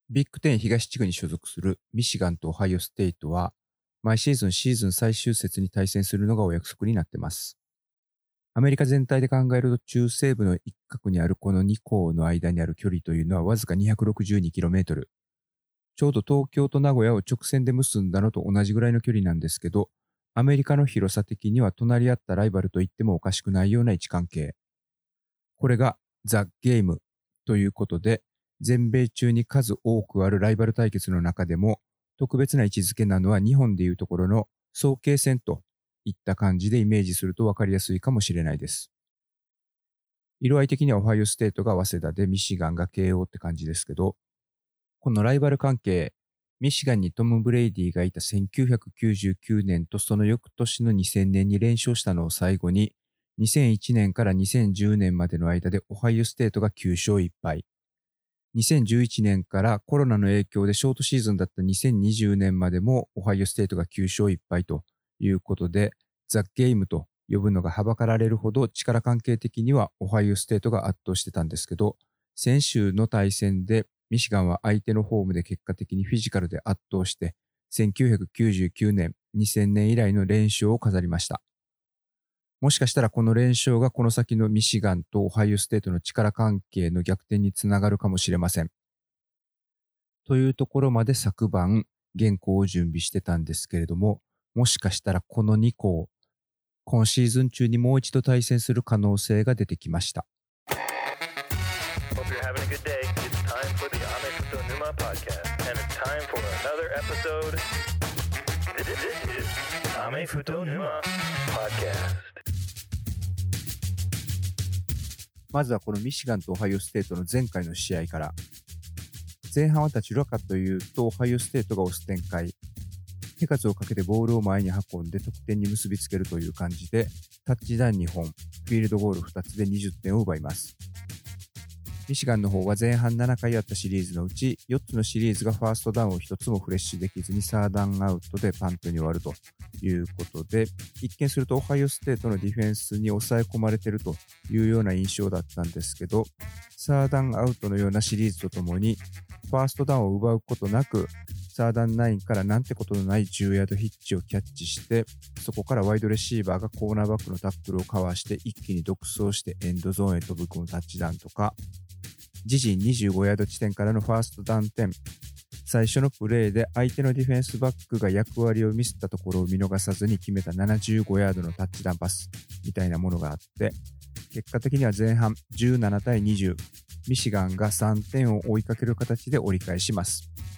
ビッグ10東地区に所属するミシガンとオハイオステイトは、毎シーズン最終節に対戦するのがお約束になっています。アメリカ全体で考えると中西部の一角にあるこの2校の間にある距離というのはわずか 262km。ちょうど東京と名古屋を直線で結んだのと同じぐらいの距離なんですけど、アメリカの広さ的には隣り合ったライバルと言ってもおかしくないような位置関係。これがザ・ゲームということで、全米中に数多くあるライバル対決の中でも特別な位置づけなのは日本でいうところの早慶戦といった感じでイメージすると分かりやすいかもしれないです。色合い的にはオハイオステートが早稲田でミシガンが慶応って感じですけど、このライバル関係、ミシガンにトム・ブレイディがいた1999年とその翌年の2000年に連勝したのを最後に、2001年から2010年までの間でオハイオステートが9勝1敗。2011年からコロナの影響でショートシーズンだった2020年までもオハイオステートが9勝1敗ということで、ザ・ゲームと呼ぶのがはばかられるほど力関係的にはオハイオステートが圧倒してたんですけど、先週の対戦でミシガンは相手のホームで結果的にフィジカルで圧倒して、1999年、2000年以来の連勝を飾りました。もしかしたらこの連勝がこの先のミシガンとオハイオステートの力関係の逆転につながるかもしれません。というところまで昨晩原稿を準備してたんですけれども、もしかしたらこの2校、今シーズン中にもう一度対戦する可能性が出てきました。まずはこのミシガンとオハイオステートの前回の試合から。前半はどちらかというとオハイオステートが押す展開。手数をかけてボールを前に運んで得点に結びつけるという感じで、タッチダウン2本、フィールドゴール2つで20点を奪います。ミシガンの方は前半7回あったシリーズのうち4つのシリーズがファーストダウンを1つもフレッシュできずにサーダウンアウトでパントに終わるということで、一見するとオハイオステートのディフェンスに抑え込まれているというような印象だったんですけど、サーダウンアウトのようなシリーズとともにファーストダウンを奪うことなく、サーダウン9からなんてことのない10ヤードヒッチをキャッチして、そこからワイドレシーバーがコーナーバックのタックルをかわして一気に独走してエンドゾーンへ飛び込むタッチダウンとか、自陣25ヤード地点からのファーストダウン点、最初のプレーで相手のディフェンスバックが役割をミスったところを見逃さずに決めた75ヤードのタッチダウンパスみたいなものがあって、結果的には前半17対20、ミシガンが3点を追いかける形で折り返します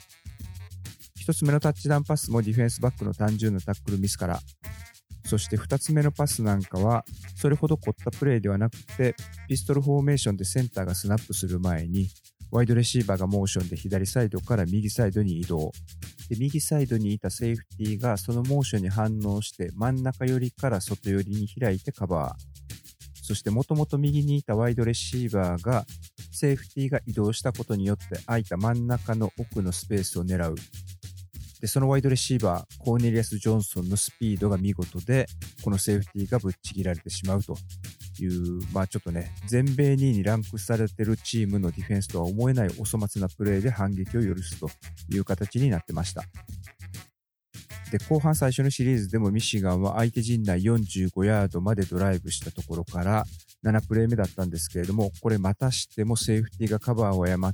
。1つ目のタッチダウンパスもディフェンスバックの単純なタックルミスから、そして2つ目のパスなんかはそれほど凝ったプレーではなくて、ピストルフォーメーションでセンターがスナップする前にワイドレシーバーがモーションで左サイドから右サイドに移動で、右サイドにいたセーフティーがそのモーションに反応して真ん中寄りから外寄りに開いてカバー、そしてもともと右にいたワイドレシーバーがセーフティーが移動したことによって空いた真ん中の奥のスペースを狙う。で、そのワイドレシーバー、コーネリアス・ジョンソンのスピードが見事で、このセーフティーがぶっちぎられてしまうという、ちょっとね、全米2位にランクされているチームのディフェンスとは思えないお粗末なプレーで反撃を許すという形になってました。で、後半最初のシリーズでもミシガンは相手陣内45ヤードまでドライブしたところから7プレー目だったんですけれども、これまたしてもセーフティーがカバーを誤って、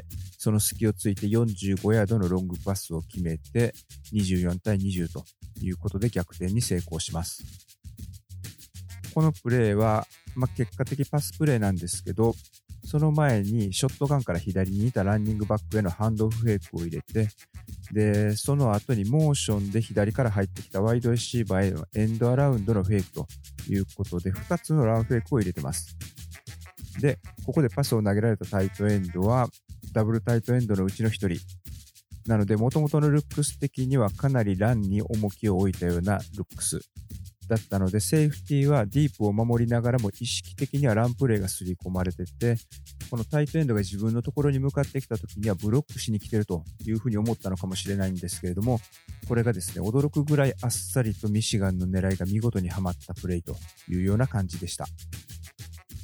その隙をついて45ヤードのロングパスを決めて24対20ということで逆転に成功します。このプレーは、結果的パスプレーなんですけど、その前にショットガンから左にいたランニングバックへのハンドオフフェイクを入れて、で、その後にモーションで左から入ってきたワイドレシーバーへのエンドアラウンドのフェイクということで、2つのランフェイクを入れてます。で、ここでパスを投げられたタイトエンドは、ダブルタイトエンドのうちの1人。なので、元々のルックス的にはかなりランに重きを置いたようなルックスだったので、セーフティーはディープを守りながらも意識的にはランプレーが刷り込まれてて、このタイトエンドが自分のところに向かってきた時にはブロックしに来てるというふうに思ったのかもしれないんですけれども、これがですね、驚くぐらいあっさりとミシガンの狙いが見事にはまったプレーというような感じでした。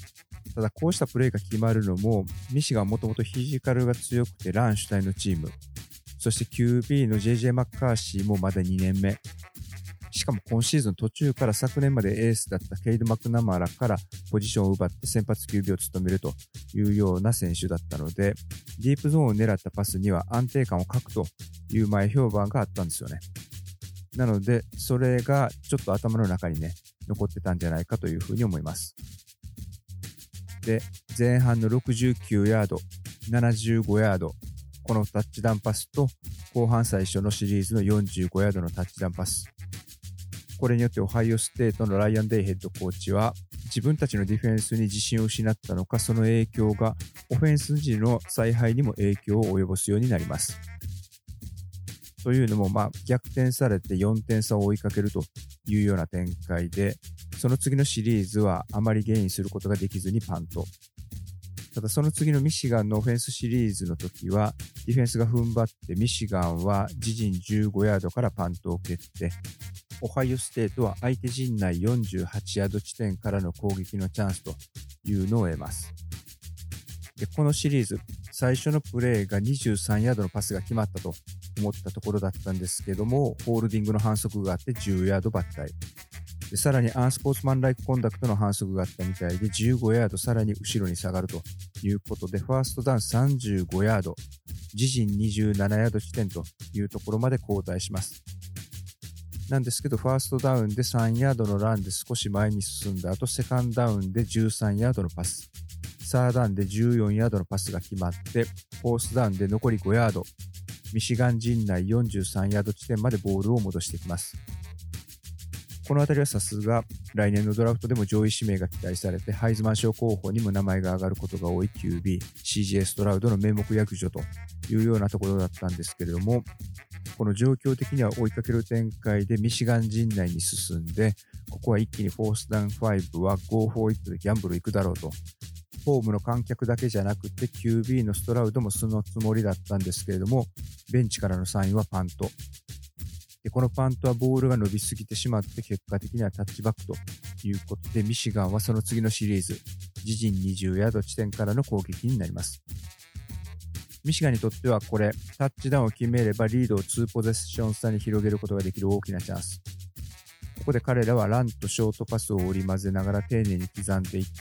ただこうしたプレーが決まるのも、ミシガンはもともとフィジカルが強くてラン主体のチーム、そして QB の JJ マッカーシーもまだ2年目。しかも今シーズン途中から昨年までエースだったケイド・マクナマラからポジションを奪って先発 QB を務めるというような選手だったので、ディープゾーンを狙ったパスには安定感を欠くという前評判があったんですよね。なので、それがちょっと頭の中にね、残ってたんじゃないかというふうに思います。で、前半の69ヤード、75ヤード、このタッチダウンパスと、後半最初のシリーズの45ヤードのタッチダウンパス。これによってオハイオステートのライアン・デイヘッドコーチは、自分たちのディフェンスに自信を失ったのか、その影響がオフェンス時の采配にも影響を及ぼすようになります。というのも、逆転されて4点差を追いかけるというような展開で、その次のシリーズはあまりゲインすることができずにパント。ただその次のミシガンのオフェンスシリーズの時は、ディフェンスが踏ん張ってミシガンは自陣15ヤードからパントを蹴って、オハイオステートは相手陣内48ヤード地点からの攻撃のチャンスというのを得ます。で、このシリーズ、最初のプレーが23ヤードのパスが決まったと思ったところだったんですけども、ホールディングの反則があって10ヤード抜体。で、さらにアンスポーツマンライクコンダクトの反則があったみたいで、15ヤードさらに後ろに下がるということで、ファーストダウン35ヤード、自陣27ヤード地点というところまで後退します。なんですけど、ファーストダウンで3ヤードのランで少し前に進んだ後、セカンドダウンで13ヤードのパス、サーダウンで14ヤードのパスが決まって、フォースダウンで残り5ヤード、ミシガン陣内43ヤード地点までボールを戻してきます。この辺りはさすが来年のドラフトでも上位指名が期待されて、ハイズマン賞候補にも名前が挙がることが多い QB、CJ ストラウドの名目役所というようなところだったんですけれども、この状況的には追いかける展開でミシガン陣内に進んで、ここは一気にフォースダウン5は Go for it でギャンブル行くだろうと。ホームの観客だけじゃなくて QB のストラウドもそのつもりだったんですけれども、ベンチからのサインはパント。で、このパントはボールが伸びすぎてしまって結果的にはタッチバックということで、ミシガンはその次のシリーズ、自陣20ヤード地点からの攻撃になります。ミシガンにとってはこれ、タッチダウンを決めればリードを2ポゼッション差に広げることができる大きなチャンス。ここで彼らはランとショートパスを織り交ぜながら丁寧に刻んでいって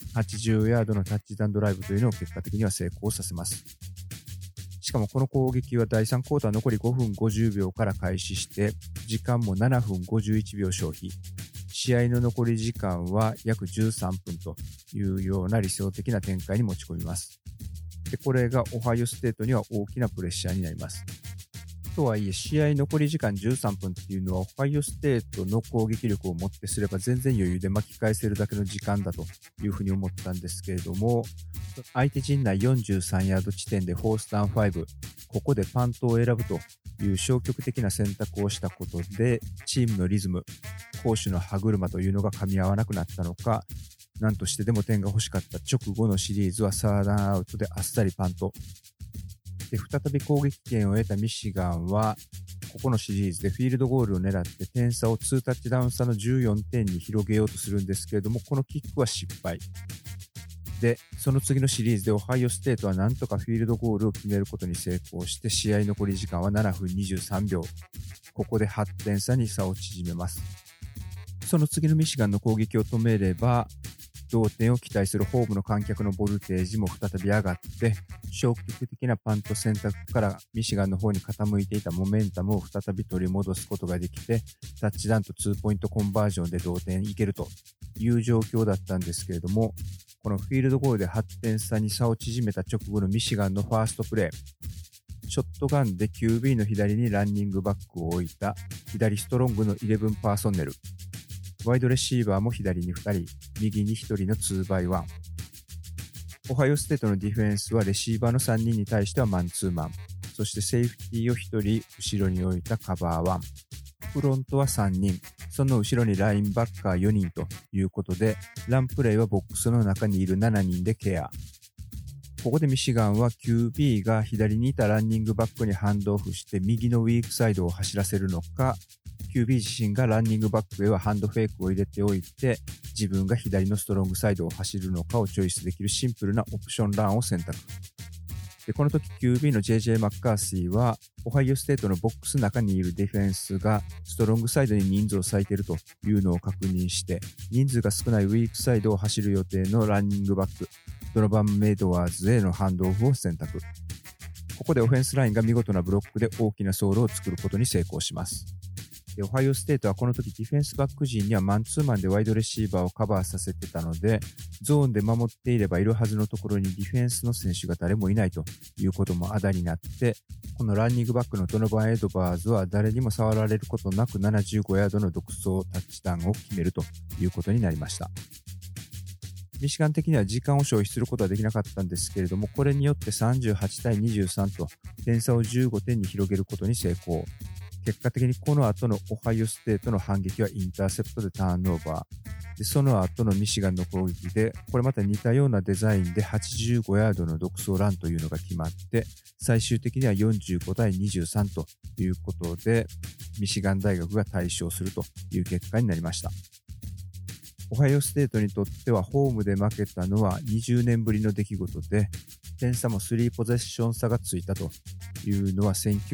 、80ヤードのタッチダウンドライブというのを結果的には成功させます。しかもこの攻撃は第3クォーター残り5分50秒から開始して、時間も7分51秒消費。試合の残り時間は約13分というような理想的な展開に持ち込みます。で、これがオハイオステートには大きなプレッシャーになります。とはいえ、試合残り時間13分っていうのは、オハイオステートの攻撃力をもってすれば全然余裕で巻き返せるだけの時間だというふうに思ったんですけれども、相手陣内43ヤード地点でフォースダウン5、ここでパントを選ぶという消極的な選択をしたことで、チームのリズム、攻守の歯車というのが噛み合わなくなったのか、何としてでも点が欲しかった直後のシリーズはサーダウンアウトであっさりパント。で、再び攻撃権を得たミシガンは、ここのシリーズでフィールドゴールを狙って点差を2タッチダウン差の14点に広げようとするんですけれども、このキックは失敗。で、その次のシリーズでオハイオステートはなんとかフィールドゴールを決めることに成功して、試合残り時間は7分23秒。ここで8点差に差を縮めます。その次のミシガンの攻撃を止めれば、同点を期待するホームの観客のボルテージも再び上がって、消極的なパント選択からミシガンの方に傾いていたモメンタムを再び取り戻すことができて、タッチダウンと2ポイントコンバージョンで同点いけるという状況だったんですけれども、このフィールドゴールで8点差に差を縮めた直後のミシガンのファーストプレー、ショットガンで QB の左にランニングバックを置いた左ストロングの11パーソンネル、ワイドレシーバーも左に2人、右に1人の 2x1。オハイオステートのディフェンスはレシーバーの3人に対してはマンツーマン。そしてセーフティーを1人後ろに置いたカバー1。フロントは3人。その後ろにラインバッカー4人ということで、ランプレイはボックスの中にいる7人でケア。ここでミシガンは QB が左にいたランニングバックにハンドオフして右のウィークサイドを走らせるのか、 QB 自身がランニングバックへはハンドフェイクを入れておいて、自分が左のストロングサイドを走るのかをチョイスできるシンプルなオプションランを選択。でこの時 QB の JJ マッカーシーはオハイオステートのボックス中にいるディフェンスがストロングサイドに人数を割いているというのを確認して、人数が少ないウィークサイドを走る予定のランニングバックドノバン・メイドワーズへのハンドオフを選択。ここでオフェンスラインが見事なブロックで大きな走路を作ることに成功します。でオハイオステートはこの時ディフェンスバック陣にはマンツーマンでワイドレシーバーをカバーさせてたので、ゾーンで守っていればいるはずのところにディフェンスの選手が誰もいないということもあだになって、このランニングバックのドノバン・エドバーズは誰にも触られることなく75ヤードの独走タッチダウンを決めるということになりました。ミシガン的には時間を消費することはできなかったんですけれども、これによって38対23と点差を15点に広げることに成功。結果的にこの後のオハイオステートの反撃はインターセプトでターンオーバー。でその後のミシガンの攻撃で、これまた似たようなデザインで85ヤードの独走ランというのが決まって、最終的には45対23ということで、ミシガン大学が大勝するという結果になりました。オハイオステートにとってはホームで負けたのは20年ぶりの出来事で、点差も3ポゼッション差がついたというのは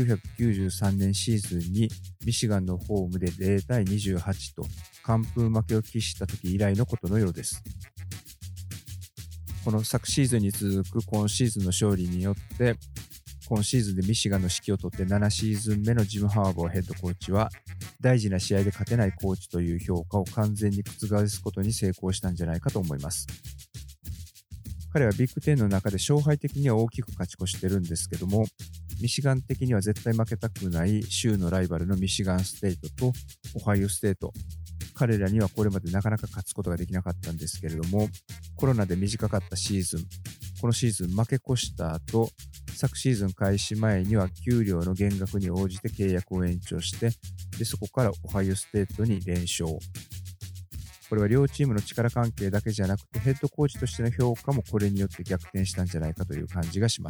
1993年シーズンにミシガンのホームで0対28と完封負けを喫した時以来のことのようです。この昨シーズンに続く今シーズンの勝利によって、今シーズンでミシガンの指揮を執って7シーズン目のジム・ハーバーヘッドコーチは、大事な試合で勝てないコーチという評価を完全に覆すことに成功したんじゃないかと思います。彼はビッグ10の中で勝敗的には大きく勝ち越してるんですけども、ミシガン的には絶対負けたくない州のライバルのミシガンステートとオハイオステート、彼らにはこれまでなかなか勝つことができなかったんですけれども、コロナで短かったシーズン、このシーズン負け越した後、昨シーズン開始前には給料の減額に応じて契約を延長して、でそこからオハイオステートに連勝。これは両チームの力関係だけじゃなくて、ヘッドコーチとしての評価もこれによって逆転したんじゃないかという感じがします。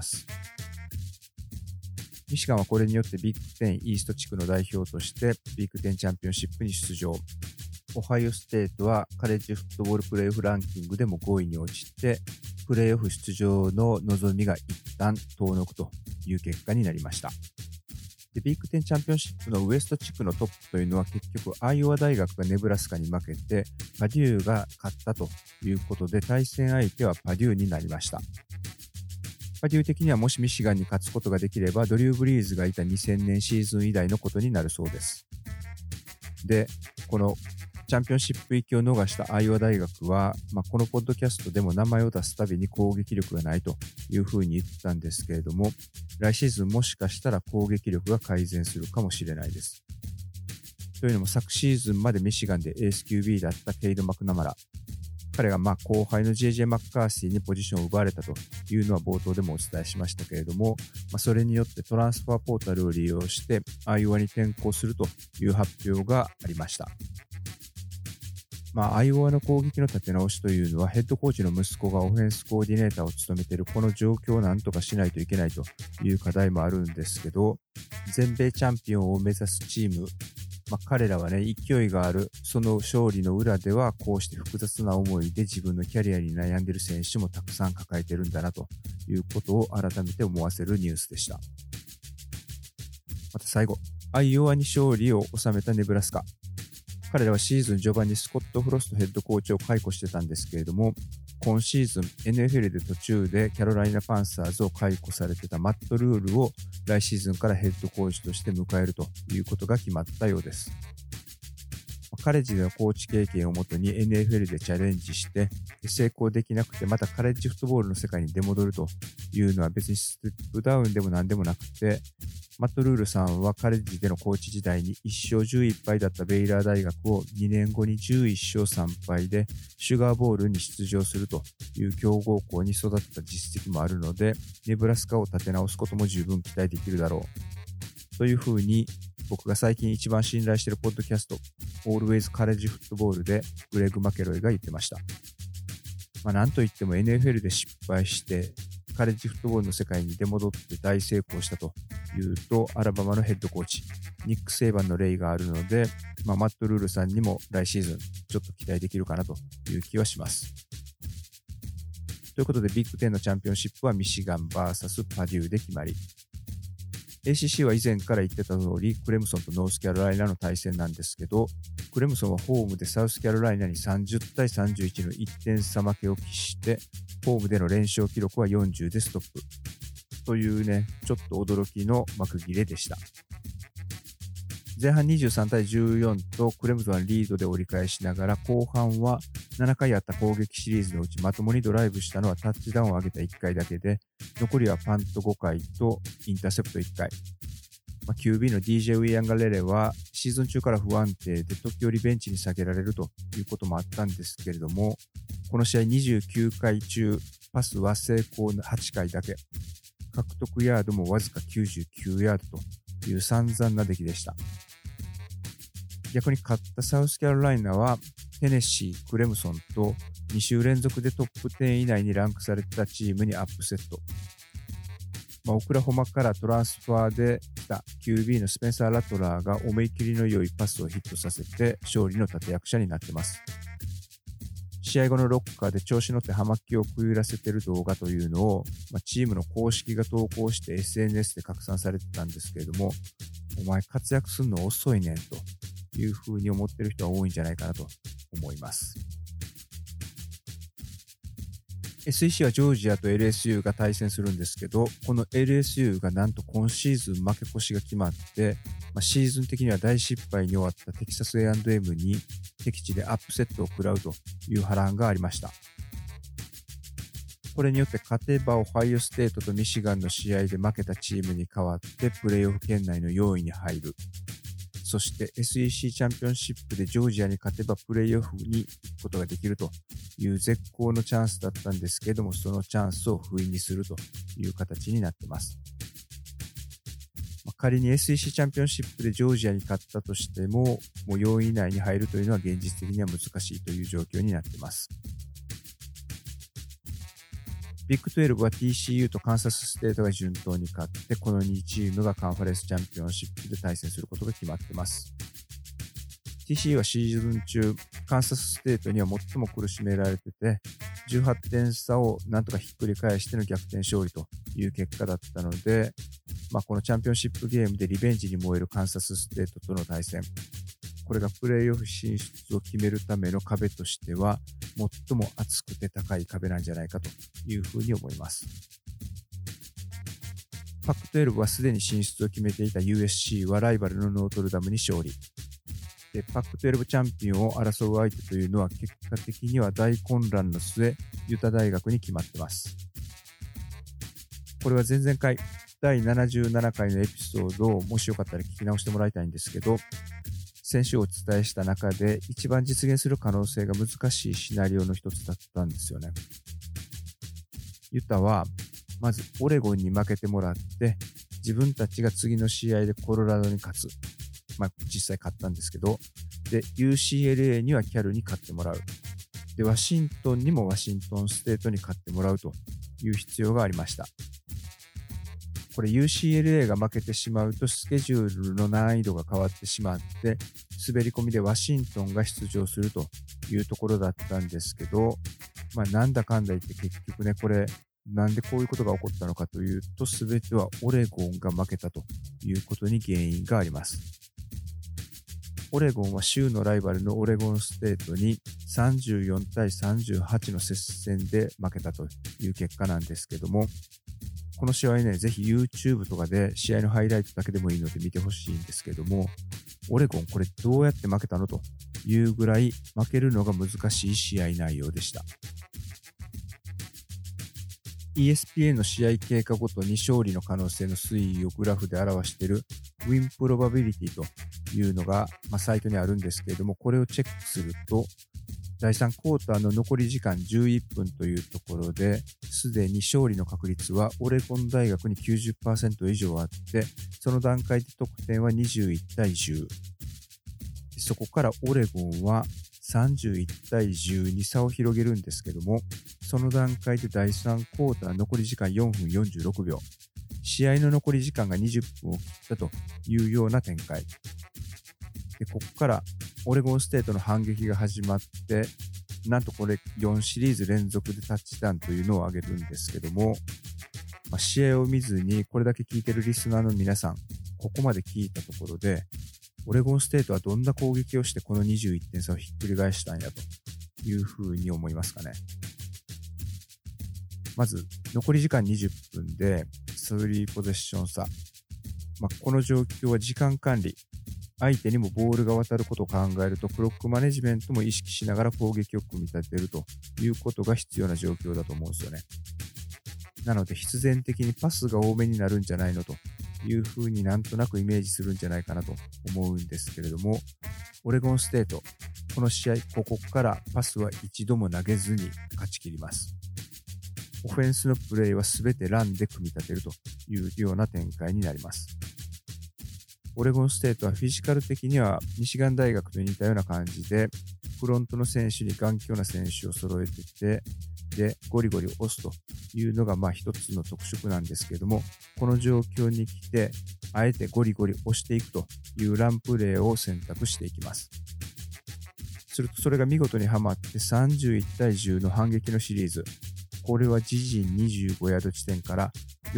ミシガンはこれによってビッグ10イースト地区の代表としてビッグ10チャンピオンシップに出場。オハイオステートはカレッジフットボールプレーオフランキングでも5位に落ちて、プレーオフ出場の望みが一旦遠のくという結果になりました。でビッグ10チャンピオンシップのウエスト地区のトップというのは結局アイオワ大学がネブラスカに負けてパデューが勝ったということで、対戦相手はパデューになりました。パデュー的にはもしミシガンに勝つことができればドリュー・ブリーズがいた2000年シーズン以来のことになるそうです。でこのチャンピオンシップ行きを逃したアイオワ大学は、このポッドキャストでも名前を出すたびに攻撃力がないというふうに言ってたんですけれども、来シーズンもしかしたら攻撃力が改善するかもしれないです。というのも昨シーズンまでミシガンでエース QB だったケイド・マクナマラ、彼が後輩の JJ マッカーシーにポジションを奪われたというのは冒頭でもお伝えしましたけれども、それによってトランスファーポータルを利用してアイオワに転向するという発表がありました。アイオワの攻撃の立て直しというのはヘッドコーチの息子がオフェンスコーディネーターを務めているこの状況をなんとかしないといけないという課題もあるんですけど、全米チャンピオンを目指すチーム、彼らはね、勢いがあるその勝利の裏ではこうして複雑な思いで自分のキャリアに悩んでいる選手もたくさん抱えてるんだなということを改めて思わせるニュースでした。また最後、アイオワに勝利を収めたネブラスカ。彼らはシーズン序盤にスコット・フロストヘッドコーチを解雇してたんですけれども、今シーズン NFL で途中でキャロライナ・パンサーズを解雇されてたマット・ルールを来シーズンからヘッドコーチとして迎えるということが決まったようです。カレッジでのコーチ経験をもとに NFL でチャレンジして成功できなくて、またカレッジフットボールの世界に出戻るというのは別にステップダウンでも何でもなくて、マット・ルールさんはカレッジでのコーチ時代に1勝11敗だったベイラー大学を2年後に11勝3敗でシュガーボールに出場するという強豪校に育った実績もあるので、ネブラスカを立て直すことも十分期待できるだろうというふうに、僕が最近一番信頼しているポッドキャスト Always College Football でグレッグ・マケロイが言ってました。なんといっても NFL で失敗してカレッジフットボールの世界に出戻って大成功したというと、アラバマのヘッドコーチ、ニック・セイバンの例があるので、マット・ルールさんにも来シーズンちょっと期待できるかなという気はします。ということで、ビッグ10のチャンピオンシップはミシガン VS パデューで決まり、ACC は以前から言ってた通り、クレムソンとノースキャロライナの対戦なんですけど、クレムソンはホームでサウスキャロライナに30対31の1点差負けを喫して、ホームでの連勝記録は40でストップ。というね、ちょっと驚きの幕切れでした。前半23対14とクレムゾンはリードで折り返しながら、後半は7回あった攻撃シリーズのうちまともにドライブしたのはタッチダウンを上げた1回だけで、残りはパント5回とインターセプト1回。QB の DJ ウィアンガレレはシーズン中から不安定で時折ベンチに下げられるということもあったんですけれども、この試合29回中パスは成功の8回だけ、獲得ヤードもわずか99ヤードという散々な出来でした。逆に勝ったサウスキャロライナはテネシー、クレムソンと2週連続でトップ10以内にランクされてたチームにアップセット。オクラホマからトランスファーで来た QB のスペンサー・ラトラーが思い切りの良いパスをヒットさせて勝利の立役者になっています。試合後のロッカーで調子乗って葉巻をくゆらせている動画というのを、チームの公式が投稿して SNS で拡散されてたんですけれども、お前活躍するの遅いねんというふうに思ってる人は多いんじゃないかなと思います。SEC はジョージアと LSU が対戦するんですけど、この LSU がなんと今シーズン負け越しが決まって、シーズン的には大失敗に終わったテキサス A&M に敵地でアップセットを食らうという波乱がありました。これによって勝てばオハイオステートとミシガンの試合で負けたチームに代わってプレーオフ圏内の4位に入る。そして SEC チャンピオンシップでジョージアに勝てばプレーオフに行くことができるという絶好のチャンスだったんですけれども、そのチャンスを不意にするという形になっています。仮に SEC チャンピオンシップでジョージアに勝ったとしても、もう4位以内に入るというのは現実的には難しいという状況になっています。ビッグ12は TCU とカンサスステートが順当に勝って、この2チームがカンファレンスチャンピオンシップで対戦することが決まっています。TCU はシーズン中、カンサスステートには最も苦しめられてて、18点差をなんとかひっくり返しての逆転勝利という結果だったので、このチャンピオンシップゲームでリベンジに燃えるカンサスステートとの対戦、これがプレーオフ進出を決めるための壁としては、最も厚くて高い壁なんじゃないかというふうに思います。パック12はすでに進出を決めていた USC はライバルのノートルダムに勝利。で、パック12チャンピオンを争う相手というのは結果的には大混乱の末、ユタ大学に決まっています。これは前々回、第77回のエピソードをもしよかったら聞き直してもらいたいんですけど、先週お伝えした中で一番実現する可能性が難しいシナリオの一つだったんですよね。ユタはまずオレゴンに負けてもらって自分たちが次の試合でコロラドに勝つ。実際勝ったんですけど、で UCLA にはキャルに勝ってもらう。でワシントンにもワシントンステートに勝ってもらうという必要がありました。これ UCLA が負けてしまうとスケジュールの難易度が変わってしまって滑り込みでワシントンが出場するというところだったんですけど、なんだかんだ言って結局ね、これなんでこういうことが起こったのかというと、全てはオレゴンが負けたということに原因があります。オレゴンは州のライバルのオレゴンステートに34対38の接戦で負けたという結果なんですけども、この試合ね、ぜひ YouTube とかで試合のハイライトだけでもいいので見てほしいんですけども、オレゴンこれどうやって負けたのというぐらい負けるのが難しい試合内容でした。ESPN の試合経過ごとに勝利の可能性の推移をグラフで表している Win Probability というのが、サイトにあるんですけれども、これをチェックすると、第3クォーターの残り時間11分というところで、すでに勝利の確率はオレゴン大学に 90% 以上あって、その段階で得点は21対10。そこからオレゴンは31対10に差を広げるんですけども、 その段階で第3クォーター残り時間4分46秒。試合の残り時間が20分を切ったというような展開。で、ここからオレゴンステートの反撃が始まって、なんとこれ4シリーズ連続でタッチダウンというのを挙げるんですけども、試合を見ずにこれだけ聞いてるリスナーの皆さん、ここまで聞いたところで、オレゴンステートはどんな攻撃をしてこの21点差をひっくり返したんやというふうに思いますかね。まず、残り時間20分で3ポゼッション差。この状況は時間管理。相手にもボールが渡ることを考えると、クロックマネジメントも意識しながら攻撃を組み立てるということが必要な状況だと思うんですよね。なので、必然的にパスが多めになるんじゃないのというふうになんとなくイメージするんじゃないかなと思うんですけれども、オレゴンステート、この試合、ここからパスは一度も投げずに勝ち切ります。オフェンスのプレーはすべてランで組み立てるというような展開になります。オレゴンステートはフィジカル的にはミシガン大学と似たような感じで、フロントの選手に頑強な選手を揃えてて、で、ゴリゴリ押すというのが一つの特色なんですけれども、この状況に来て、あえてゴリゴリ押していくというランプレーを選択していきます。するとそれが見事にはまって31対10の反撃のシリーズ。これは自陣25ヤード地点から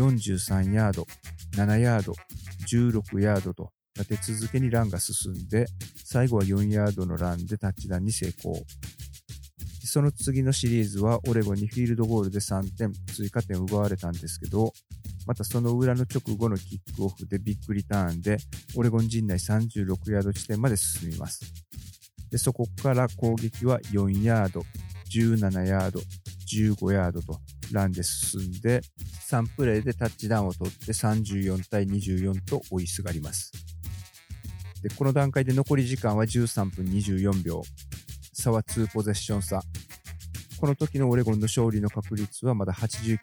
43ヤード、7ヤード、16ヤードと立て続けにランが進んで、最後は4ヤードのランでタッチダウンに成功。その次のシリーズはオレゴンにフィールドゴールで3点追加点を奪われたんですけど、またその裏の直後のキックオフでビッグリターンでオレゴン陣内36ヤード地点まで進みます。で、そこから攻撃は4ヤード、17ヤード、15ヤードとランで進んで、3プレーでタッチダウンを取って34対24と追いすがります。で、この段階で残り時間は13分24秒。差は2ポゼッション差。この時のオレゴンの勝利の確率はまだ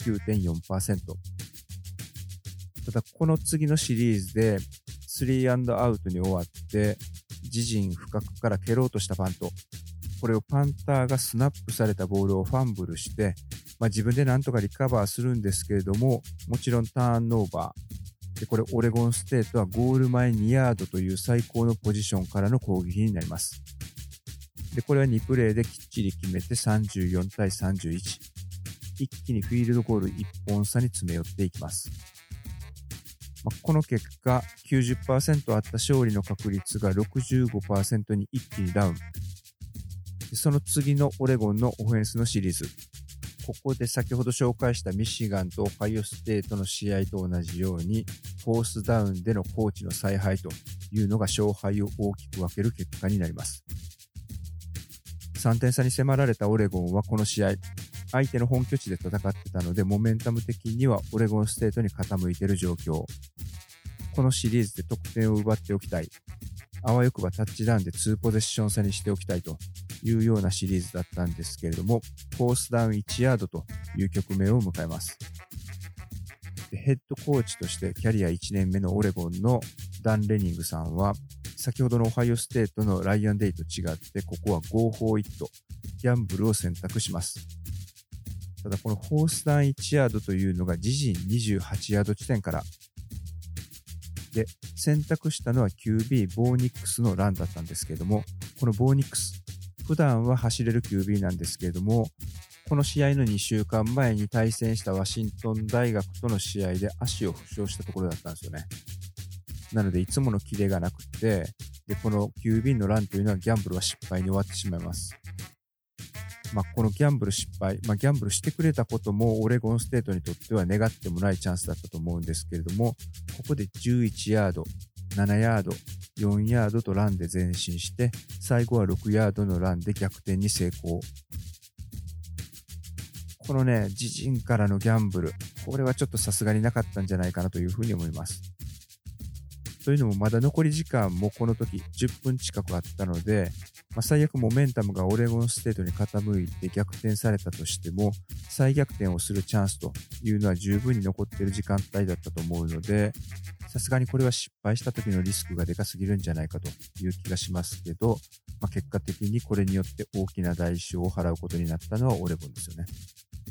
89.4%。ただ、この次のシリーズで3アンドアウトに終わって、自陣深くから蹴ろうとしたパント。これをパンターがスナップされたボールをファンブルして、自分でなんとかリカバーするんですけれども、もちろんターンオーバー。で、これオレゴンステートはゴール前2ヤードという最高のポジションからの攻撃になります。で、これは2プレーできっちり決めて34対31。一気にフィールドゴール1本差に詰め寄っていきます。この結果、90% あった勝利の確率が 65% に一気にダウン。で、その次のオレゴンのオフェンスのシリーズ。ここで先ほど紹介したミシガンとオハイオステートの試合と同じように、フォースダウンでのコーチの采配というのが勝敗を大きく分ける結果になります。3点差に迫られたオレゴンはこの試合、相手の本拠地で戦ってたので、モメンタム的にはオレゴンステートに傾いている状況。このシリーズで得点を奪っておきたい。あわよくばタッチダウンで2ポゼッション差にしておきたいというようなシリーズだったんですけれども、フォースダウン1ヤードという局面を迎えます。で、ヘッドコーチとしてキャリア1年目のオレゴンのダン・レニングさんは、先ほどのオハイオステートのライアン・デイと違って、ここはゴーフォーイット、ギャンブルを選択します。ただこのフォースダウン1ヤードというのが自陣28ヤード地点から、で、選択したのは QB ボーニックスのランだったんですけれども、このボーニックス、普段は走れる QB なんですけれども、この試合の2週間前に対戦したワシントン大学との試合で足を負傷したところだったんですよね。なので、いつものキレがなくて、で、この QB のランというのはギャンブルは失敗に終わってしまいます。このギャンブル失敗、ギャンブルしてくれたこともオレゴンステートにとっては願ってもないチャンスだったと思うんですけれども、ここで11ヤード、7ヤード、4ヤードとランで前進して、最後は6ヤードのランで逆転に成功。このね、自陣からのギャンブル、これはちょっとさすがになかったんじゃないかなというふうに思います。というのもまだ残り時間もこの時10分近くあったので、最悪モメンタムがオレゴンステートに傾いて逆転されたとしても、再逆転をするチャンスというのは十分に残っている時間帯だったと思うので、さすがにこれは失敗した時のリスクがでかすぎるんじゃないかという気がしますけど、結果的にこれによって大きな代償を払うことになったのはオレゴンですよね。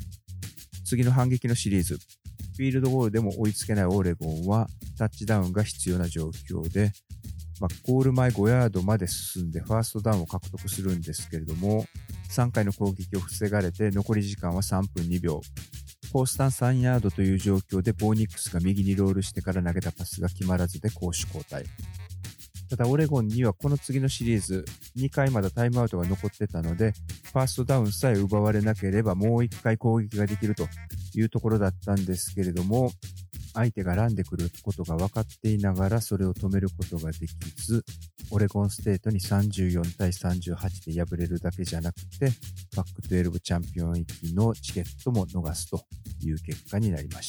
次の反撃のシリーズ、フィールドゴールでも追いつけないオレゴンはタッチダウンが必要な状況で、ゴール前5ヤードまで進んでファーストダウンを獲得するんですけれども、3回の攻撃を防がれて残り時間は3分2秒。コースタン3ヤードという状況でボーニックスが右にロールしてから投げたパスが決まらずで攻守交代。ただオレゴンにはこの次のシリーズ2回まだタイムアウトが残ってたので、ファーストダウンさえ奪われなければもう1回攻撃ができるというところだったんですけれども、相手がランでくることが分かっていながらそれを止めることができず、オレゴンステートに34対38で敗れるだけじゃなくて、パック12チャンピオン行きのチケットも逃すという結果になりました。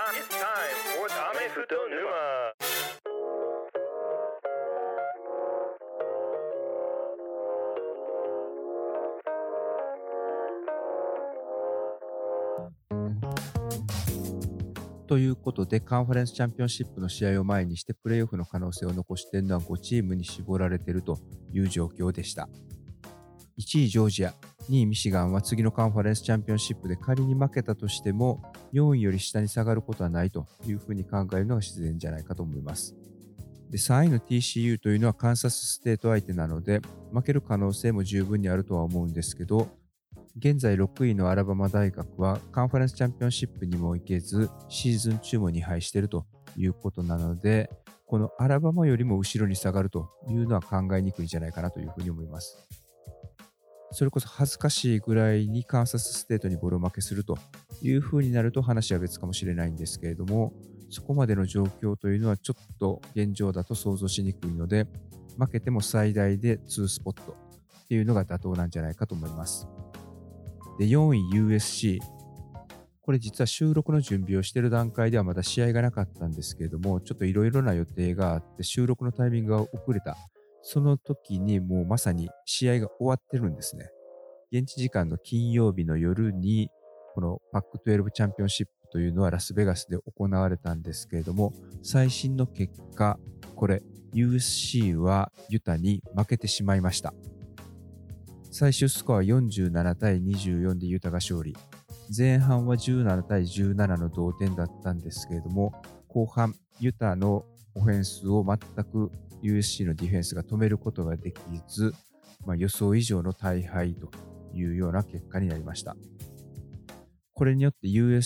ということで、カンファレンスチャンピオンシップの試合を前にしてプレーオフの可能性を残しているのは5チームに絞られているという状況でした。1位ジョージア、2位ミシガンは次のカンファレンスチャンピオンシップで仮に負けたとしても4位より下に下がることはないというふうに考えるのが自然じゃないかと思います。で、3位の TCU というのはカンサスステート相手なので負ける可能性も十分にあるとは思うんですけど、現在6位のアラバマ大学はカンファレンスチャンピオンシップにも行けずシーズン中も2敗しているということなので、このアラバマよりも後ろに下がるというのは考えにくいんじゃないかなというふうに思います。それこそ恥ずかしいぐらいにカンサスステートにボロ負けするというふうになると話は別かもしれないんですけれども、そこまでの状況というのはちょっと現状だと想像しにくいので、負けても最大で2スポットっていうのが妥当なんじゃないかと思います。で、4位 USC。これ実は収録の準備をしている段階ではまだ試合がなかったんですけれども、ちょっといろいろな予定があって収録のタイミングが遅れた。その時にもうまさに試合が終わってるんですね。現地時間の金曜日の夜に、このパック12チャンピオンシップというのはラスベガスで行われたんですけれども、最新の結果、これ USC はユタに負けてしまいました。最終スコアは47対24でユタが勝利。前半は17対17の同点だったんですけれども、後半ユタのオフェンスを全く USC のディフェンスが止めることができず、予想以上の大敗というような結果になりました。これによって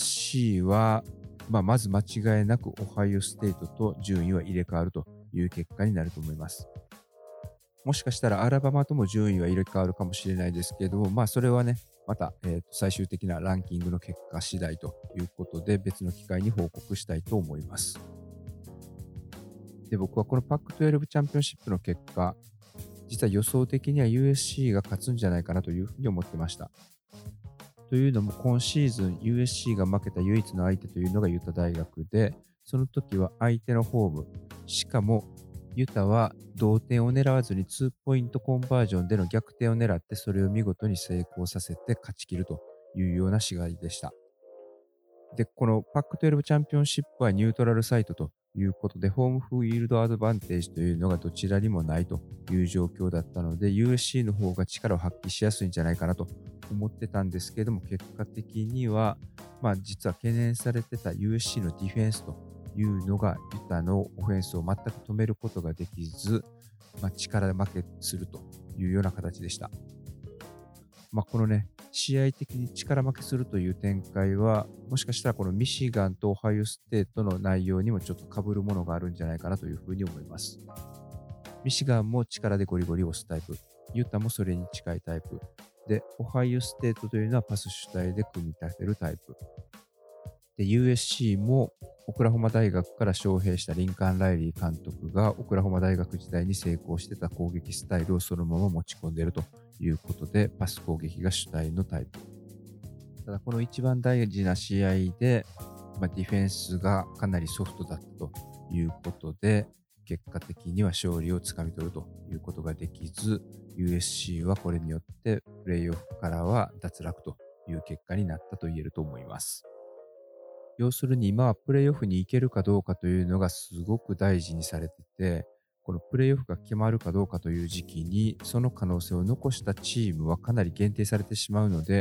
USC は、まず間違いなくオハイオステートと順位は入れ替わるという結果になると思います。もしかしたらアラバマとも順位は入れ替わるかもしれないですけれども、それはね、また、最終的なランキングの結果次第ということで別の機会に報告したいと思います。で、僕はこのパック12チャンピオンシップの結果、実は予想的には USC が勝つんじゃないかなというふうに思ってました。というのも今シーズン USC が負けた唯一の相手というのがユタ大学で、その時は相手のホーム、しかもユタは同点を狙わずに2ポイントコンバージョンでの逆転を狙ってそれを見事に成功させて勝ち切るというような試合でした。で、このパック12チャンピオンシップはニュートラルサイトということで、ホームフィールドアドバンテージというのがどちらにもないという状況だったので、USC の方が力を発揮しやすいんじゃないかなと思ってたんですけれども、結果的には、実は懸念されてた USC のディフェンスというのがユタのオフェンスを全く止めることができず、力負けするというような形でした。このね、試合的に力負けするという展開は、もしかしたらこのミシガンとオハイオステートの内容にもちょっと被るものがあるんじゃないかなというふうに思います。ミシガンも力でゴリゴリ押すタイプ、ユタもそれに近いタイプ、で、オハイオステートというのはパス主体で組み立てるタイプ。で、USC もオクラホマ大学から招聘したリンカーン・ライリー監督がオクラホマ大学時代に成功してた攻撃スタイルをそのまま持ち込んでいるということで、パス攻撃が主体のタイプ。ただこの一番大事な試合で、ディフェンスがかなりソフトだったということで、結果的には勝利をつかみ取るということができず、USC はこれによってプレイオフからは脱落という結果になったと言えると思います。要するに今はプレイオフに行けるかどうかというのがすごく大事にされてて、このプレイオフが決まるかどうかという時期にその可能性を残したチームはかなり限定されてしまうので、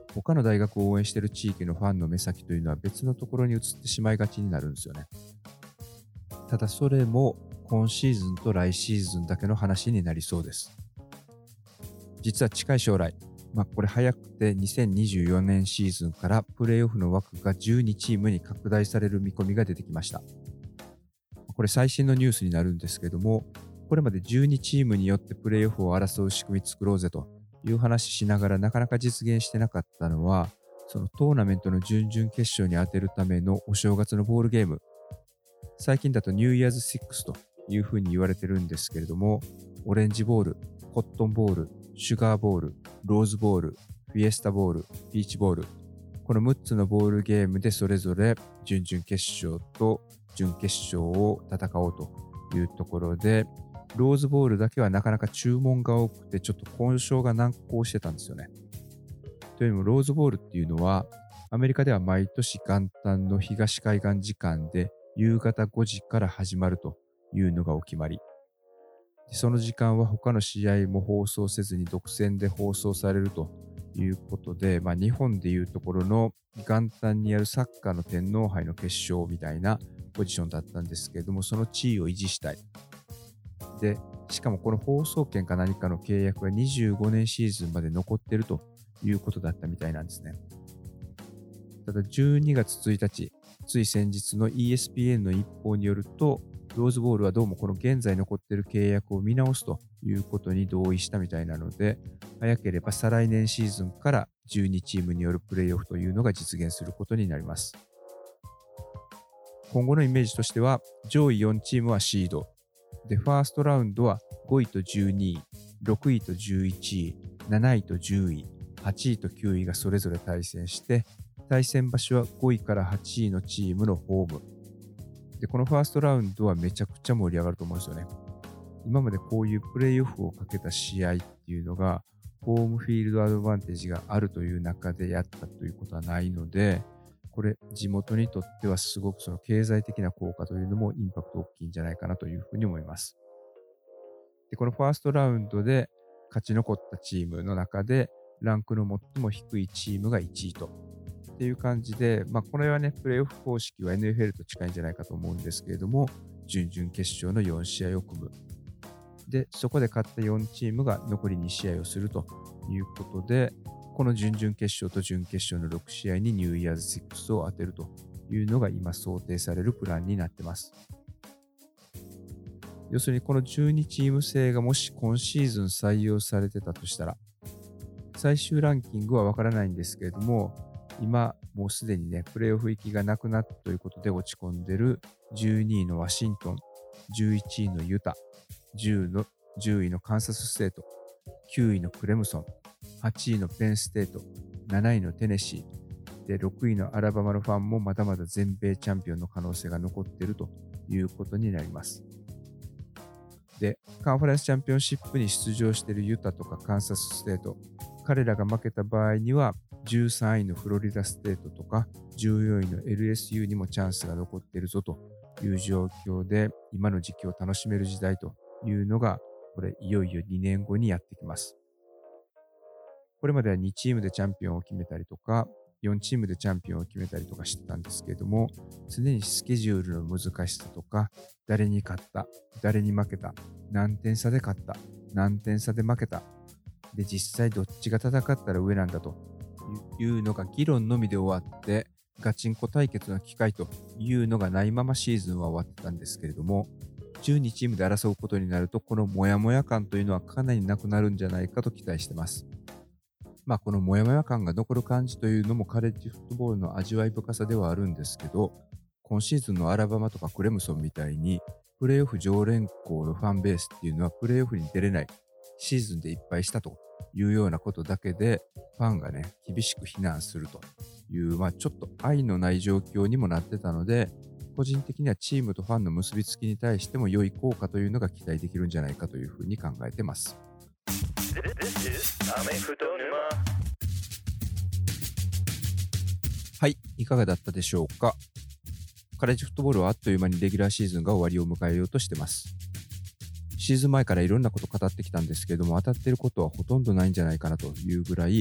他の大学を応援している地域のファンの目先というのは別のところに移ってしまいがちになるんですよね。ただそれも今シーズンと来シーズンだけの話になりそうです。実は近い将来、これ早くて2024年シーズンからプレーオフの枠が12チームに拡大される見込みが出てきました。これ最新のニュースになるんですけども、これまで12チームによってプレーオフを争う仕組み作ろうぜという話しながらなかなか実現してなかったのは、そのトーナメントの準々決勝に当てるためのお正月のボールゲーム、最近だとニューイヤーズ6というふうに言われてるんですけれども、オレンジボール、コットンボール、シュガーボール、ローズボール、フィエスタボール、ピーチボール、この6つのボールゲームでそれぞれ準々決勝と準決勝を戦おうというところで、ローズボールだけはなかなか注文が多くてちょっと交渉が難航してたんですよね。というのもローズボールっていうのはアメリカでは毎年元旦の東海岸時間で夕方5時から始まるというのがお決まり。その時間は他の試合も放送せずに独占で放送されるということで、日本でいうところの元旦にやるサッカーの天皇杯の決勝みたいなポジションだったんですけれども、その地位を維持したい。で、しかもこの放送権か何かの契約が25年シーズンまで残っているということだったみたいなんですね。ただ12月1日、つい先日の ESPN の一報によると、ローズボールはどうもこの現在残っている契約を見直すということに同意したみたいなので、早ければ再来年シーズンから12チームによるプレーオフというのが実現することになります。今後のイメージとしては、上位4チームはシード。で、ファーストラウンドは5位と12位、6位と11位、7位と10位、8位と9位がそれぞれ対戦して、対戦場所は5位から8位のチームのホーム。で、このファーストラウンドはめちゃくちゃ盛り上がると思うんですよね。今までこういうプレーオフをかけた試合っていうのが、ホームフィールドアドバンテージがあるという中でやったということはないので、これ地元にとってはすごくその経済的な効果というのもインパクト大きいんじゃないかなというふうに思います。で、このファーストラウンドで勝ち残ったチームの中でランクの最も低いチームが1位とっていう感じで、これはね、プレーオフ方式は NFL と近いんじゃないかと思うんですけれども、準々決勝の4試合を組む。で、そこで勝った4チームが残り2試合をするということで、この準々決勝と準決勝の6試合にニューイヤーズ6を当てるというのが今想定されるプランになっています。要するにこの12チーム制がもし今シーズン採用されてたとしたら、最終ランキングはわからないんですけれども、今もうすでにね、プレーオフ行きがなくなったということで落ち込んでる12位のワシントン、11位のユタ、10位のカンサスステート、9位のクレムソン、8位のペンステート、7位のテネシー、で6位のアラバマのファンもまだまだ全米チャンピオンの可能性が残っているということになります。で、カンファレンスチャンピオンシップに出場しているユタとかカンサスステート、彼らが負けた場合には13位のフロリダステートとか14位の LSU にもチャンスが残っているぞという状況で、今の時期を楽しめる時代というのがこれいよいよ2年後にやってきます。これまでは2チームでチャンピオンを決めたりとか4チームでチャンピオンを決めたりとかしてたんですけれども、常にスケジュールの難しさとか、誰に勝った、誰に負けた、何点差で勝った、何点差で負けた、で実際どっちが戦ったら上なんだというのが議論のみで終わって、ガチンコ対決の機会というのがないままシーズンは終わってたんですけれども、12チームで争うことになると、このモヤモヤ感というのはかなりなくなるんじゃないかと期待してます。このモヤモヤ感が残る感じというのもカレッジフットボールの味わい深さではあるんですけど、今シーズンのアラバマとかクレムソンみたいにプレーオフ常連校のファンベースっていうのはプレーオフに出れない、シーズンでいっぱいしたというようなことだけでファンがね厳しく非難するという、ちょっと愛のない状況にもなってたので、個人的にはチームとファンの結びつきに対しても良い効果というのが期待できるんじゃないかというふうに考えてます。はい、いかがだったでしょうか。カレッジフットボールはあっという間にレギュラーシーズンが終わりを迎えようとしてます。シーズン前からいろんなこと語ってきたんですけれども、当たっていることはほとんどないんじゃないかなというぐらい、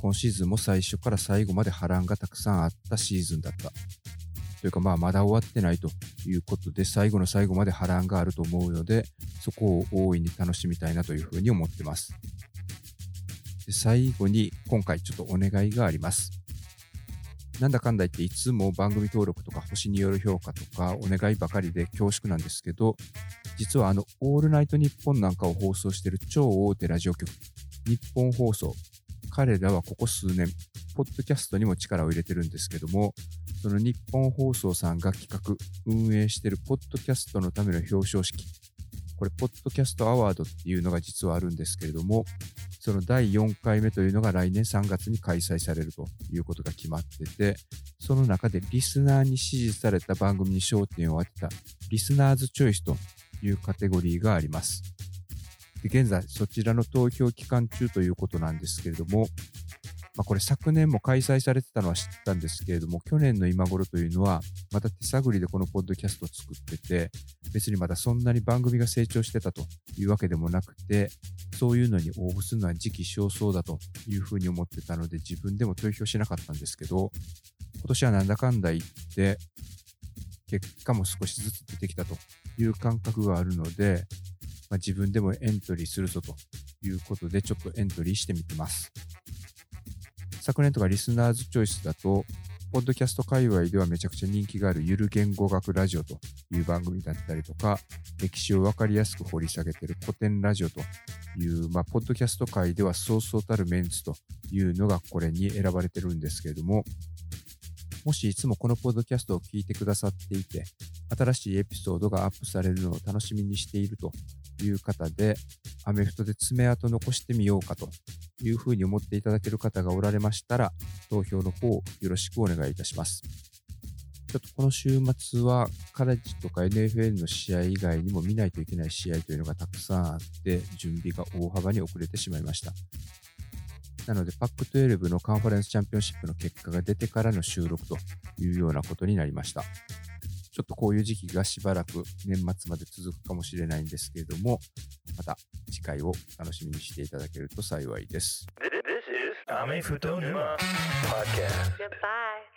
今シーズンも最初から最後まで波乱がたくさんあったシーズンだった。というかまだ終わってないということで、最後の最後まで波乱があると思うので、そこを大いに楽しみたいなというふうに思ってます。で、最後に今回ちょっとお願いがあります。なんだかんだ言っていつも番組登録とか星による評価とかお願いばかりで恐縮なんですけど、実はオールナイトニッポンなんかを放送している超大手ラジオ局、日本放送、彼らはここ数年、ポッドキャストにも力を入れてるんですけども、その日本放送さんが企画、運営しているポッドキャストのための表彰式、これ、ポッドキャストアワードっていうのが実はあるんですけれども、その第4回目というのが来年3月に開催されるということが決まってて、その中でリスナーに支持された番組に焦点を当てたリスナーズチョイスというカテゴリーがあります。で、現在そちらの投票期間中ということなんですけれども、これ昨年も開催されてたのは知ったんですけれども、去年の今頃というのはまた手探りでこのポッドキャストを作ってて、別にまだそんなに番組が成長してたというわけでもなくて、そういうのに応募するのは時期尚早だというふうに思ってたので、自分でも投票しなかったんですけど、今年はなんだかんだ言って結果も少しずつ出てきたという感覚があるので、自分でもエントリーするぞということでちょっとエントリーしてみてます。昨年とかリスナーズチョイスだと、ポッドキャスト界隈ではめちゃくちゃ人気があるゆる言語学ラジオという番組だったりとか、歴史をわかりやすく掘り下げている古典ラジオという、ポッドキャスト界ではそうそうたるメンツというのがこれに選ばれてるんですけれども、もしいつもこのポッドキャストを聞いてくださっていて、新しいエピソードがアップされるのを楽しみにしているという方で、アメフトで爪痕残してみようかというふうに思っていただける方がおられましたら、投票の方よろしくお願いいたします。ちょっとこの週末はカレッジとか NFL の試合以外にも見ないといけない試合というのがたくさんあって、準備が大幅に遅れてしまいました。なので、パック12のカンファレンスチャンピオンシップの結果が出てからの収録というようなことになりました。ちょっとこういう時期がしばらく年末まで続くかもしれないんですけれども、また次回を楽しみにしていただけると幸いです。 This is Amefuto Numa Podcast. Goodbye.